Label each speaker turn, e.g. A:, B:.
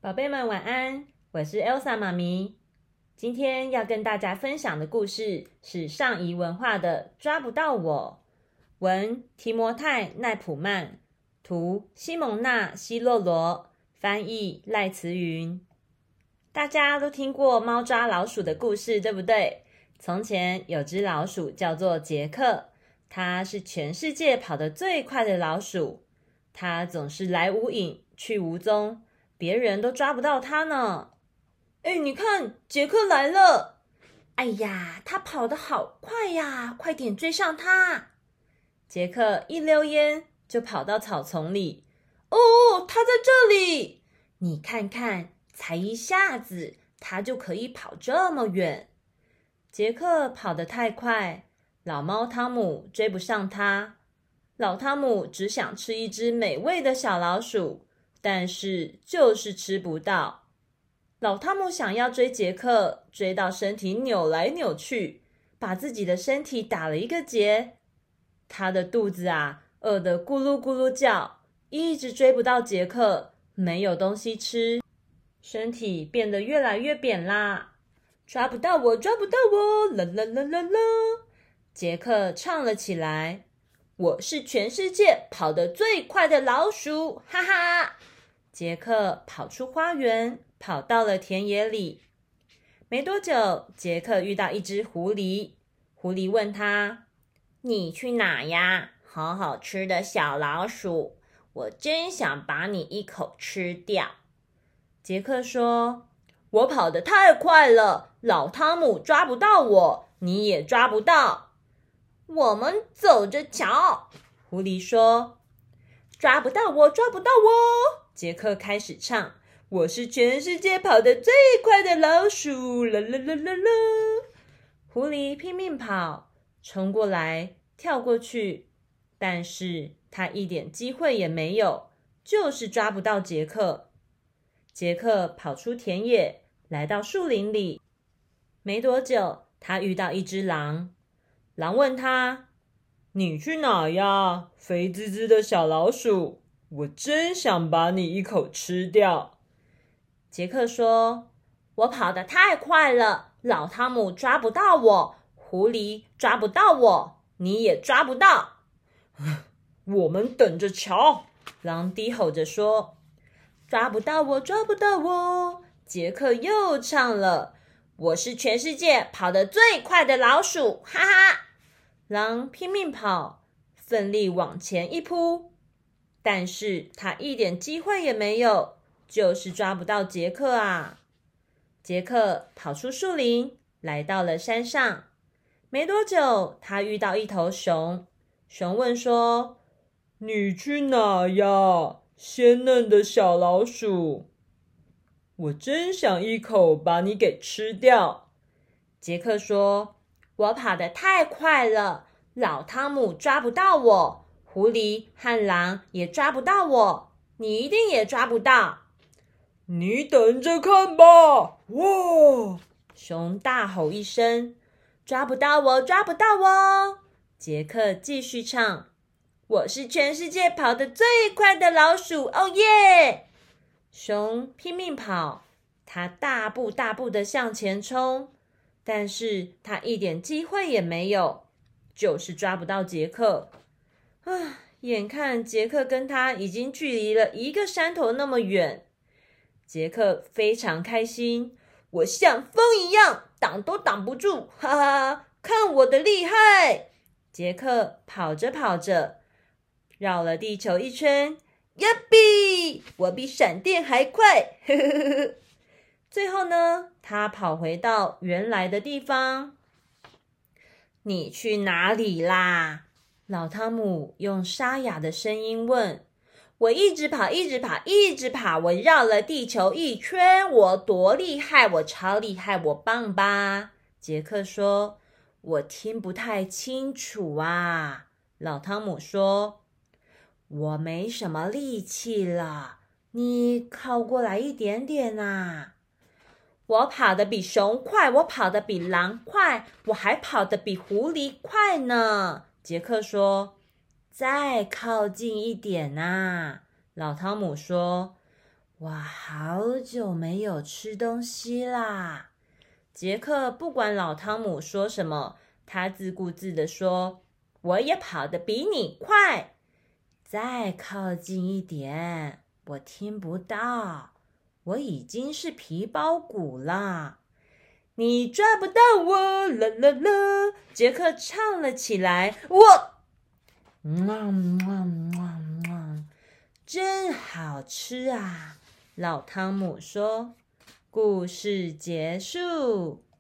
A: 宝贝们晚安，我是 Elsa 妈咪。今天要跟大家分享的故事是上仪文化的《抓不到我》，文提摩太·奈普曼，图西蒙娜·希洛罗，翻译赖慈云。大家都听过猫抓老鼠的故事，对不对？从前有只老鼠叫做杰克，它是全世界跑得最快的老鼠，它总是来无影去无踪，别人都抓不到它呢。你看，杰克来了！哎呀，他跑得好快呀，快点追上他！杰克一溜烟就跑到草丛里。哦，他在这里！你看看，才一下子，他就可以跑这么远。杰克跑得太快，老猫汤姆追不上他。老汤姆只想吃一只美味的小老鼠，但是就是吃不到。老汤姆想要追杰克，追到身体扭来扭去，把自己的身体打了一个结。他的肚子饿得咕噜咕噜叫，一直追不到杰克，没有东西吃，身体变得越来越扁啦。抓不到我，抓不到我，啦啦啦啦啦！杰克唱了起来，我是全世界跑得最快的老鼠，哈哈！杰克跑出花园，跑到了田野里。没多久，杰克遇到一只狐狸。狐狸问他：你去哪呀？好好吃的小老鼠，我真想把你一口吃掉。杰克说：我跑得太快了，老汤姆抓不到我，你也抓不到。我们走着瞧。狐狸说：抓不到我，抓不到我。杰克开始唱：我是全世界跑得最快的老鼠，啦啦啦啦啦！狐狸拼命跑，冲过来，跳过去，但是他一点机会也没有，就是抓不到杰克。杰克跑出田野，来到树林里。没多久，他遇到一只狼。狼问他：你去哪呀，肥滋滋的小老鼠？我真想把你一口吃掉。杰克说：我跑得太快了，老汤姆抓不到我，狐狸抓不到我，你也抓不到。我们等着瞧。狼低吼着说：抓不到我，抓不到我。杰克又唱了：我是全世界跑得最快的老鼠，哈哈！狼拼命跑，奋力往前一扑，但是他一点机会也没有，就是抓不到杰克啊。杰克跑出树林，来到了山上。没多久，他遇到一头熊。熊问说：你去哪呀，鲜嫩的小老鼠？我真想一口把你给吃掉。杰克说：我跑得太快了，老汤姆抓不到我，狐狸和狼也抓不到我，你一定也抓不到。你等着看吧！哇！熊大吼一声：抓不到我，抓不到我！杰克继续唱：我是全世界跑得最快的老鼠，哦耶！熊拼命跑，他大步大步地向前冲，但是他一点机会也没有，就是抓不到杰克。眼看杰克跟他已经距离了一个山头那么远，杰克非常开心，我像风一样，挡都挡不住，哈哈！看我的厉害！杰克跑着跑着，绕了地球一圈，呀比！我比闪电还快！呵呵呵呵。最后呢，他跑回到原来的地方。你去哪里啦？老汤姆用沙哑的声音问。我一直跑，一直跑，一直跑，我绕了地球一圈，我多厉害，我超厉害，我棒吧？杰克说。我听不太清楚啊。老汤姆说。我没什么力气了，你靠过来一点点啊。我跑得比熊快，我跑得比狼快，我还跑得比狐狸快呢。杰克说。再靠近一点啊。老汤姆说。 我好久没有吃东西啦。杰克不管老汤姆说什么，他自顾自地说：“我也跑得比你快。再靠近一点，我听不到，我已经是皮包骨啦。你抓不到我，啦啦啦！”杰克唱了起来。真好吃啊！老汤姆说。故事结束。